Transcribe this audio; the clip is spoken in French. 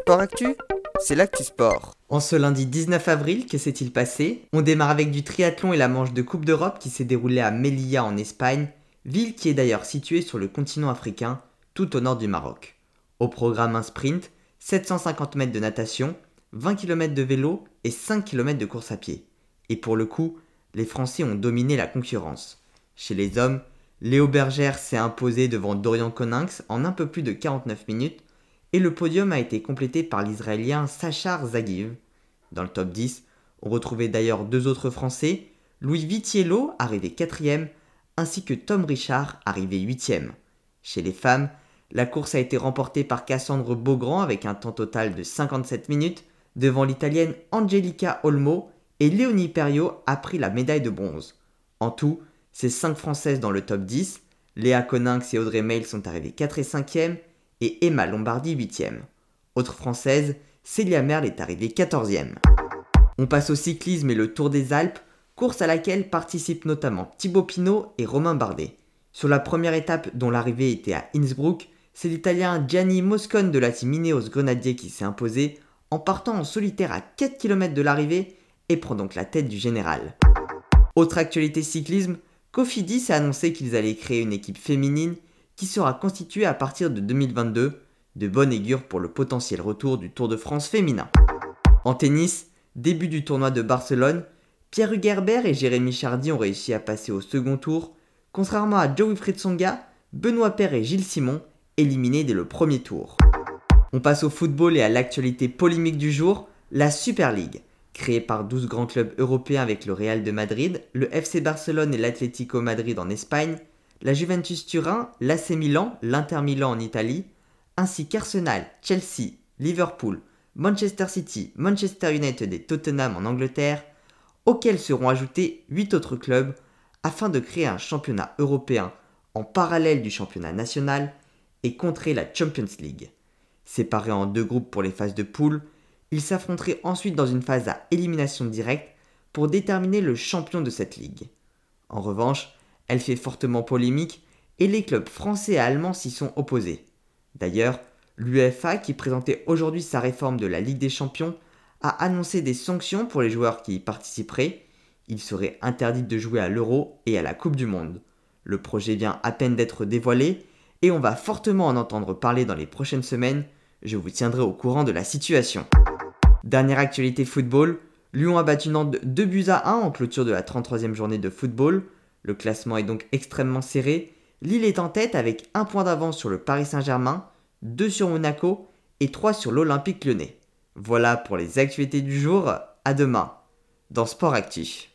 Sport Actu, c'est l'actu sport. En ce lundi 19 avril, que s'est-il passé? On démarre avec du triathlon et la manche de Coupe d'Europe qui s'est déroulée à Melilla en Espagne, ville qui est d'ailleurs située sur le continent africain, tout au nord du Maroc. Au programme un sprint, 750 mètres de natation, 20 km de vélo et 5 km de course à pied. Et pour le coup, les Français ont dominé la concurrence. Chez les hommes, Léo Bergère s'est imposé devant Dorian Coninx en un peu plus de 49 minutes et le podium a été complété par l'Israélien Sachar Zagiv. Dans le top 10, on retrouvait d'ailleurs deux autres Français, Louis Vitiello, arrivé 4ème, ainsi que Tom Richard, arrivé 8ème. Chez les femmes, la course a été remportée par Cassandre Beaugrand avec un temps total de 57 minutes, devant l'Italienne Angelica Olmo, et Léonie Perriot a pris la médaille de bronze. En tout, c'est 5 Françaises dans le top 10, Léa Coninx et Audrey Mail sont arrivées 4 et 5e, et Emma Lombardi 8ème. Autre Française, Célia Merle est arrivée 14e. On passe au cyclisme et le Tour des Alpes, course à laquelle participent notamment Thibaut Pinot et Romain Bardet. Sur la première étape dont l'arrivée était à Innsbruck, c'est l'Italien Gianni Moscon de la team Ineos Grenadier qui s'est imposé en partant en solitaire à 4 km de l'arrivée et prend donc la tête du général. Autre actualité cyclisme, Cofidis a annoncé qu'ils allaient créer une équipe féminine qui sera constituée à partir de 2022, de bonne augure pour le potentiel retour du Tour de France féminin. En tennis, début du tournoi de Barcelone, Pierre Hugerbert et Jérémy Chardy ont réussi à passer au second tour, contrairement à Joe-Wilfried Tsonga, Benoît Paire et Gilles Simon, éliminés dès le premier tour. On passe au football et à l'actualité polémique du jour, la Super League. Créée par 12 grands clubs européens avec le Real de Madrid, le FC Barcelone et l'Atlético Madrid en Espagne, la Juventus Turin, l'AC Milan, l'Inter Milan en Italie, ainsi qu'Arsenal, Chelsea, Liverpool, Manchester City, Manchester United et Tottenham en Angleterre, auxquels seront ajoutés 8 autres clubs afin de créer un championnat européen en parallèle du championnat national et contrer la Champions League. Séparés en deux groupes pour les phases de poule, ils s'affronteraient ensuite dans une phase à élimination directe pour déterminer le champion de cette ligue. En revanche, elle fait fortement polémique et les clubs français et allemands s'y sont opposés. D'ailleurs, l'UEFA, qui présentait aujourd'hui sa réforme de la Ligue des Champions, a annoncé des sanctions pour les joueurs qui y participeraient. Il serait interdit de jouer à l'Euro et à la Coupe du Monde. Le projet vient à peine d'être dévoilé et on va fortement en entendre parler dans les prochaines semaines. Je vous tiendrai au courant de la situation. Dernière actualité football, Lyon a battu Nantes 2-1 en clôture de la 33e journée de football. Le classement est donc extrêmement serré. Lille est en tête avec 1 point d'avance sur le Paris Saint-Germain, 2 sur Monaco et 3 sur l'Olympique Lyonnais. Voilà pour les actualités du jour, à demain dans Sport Actu.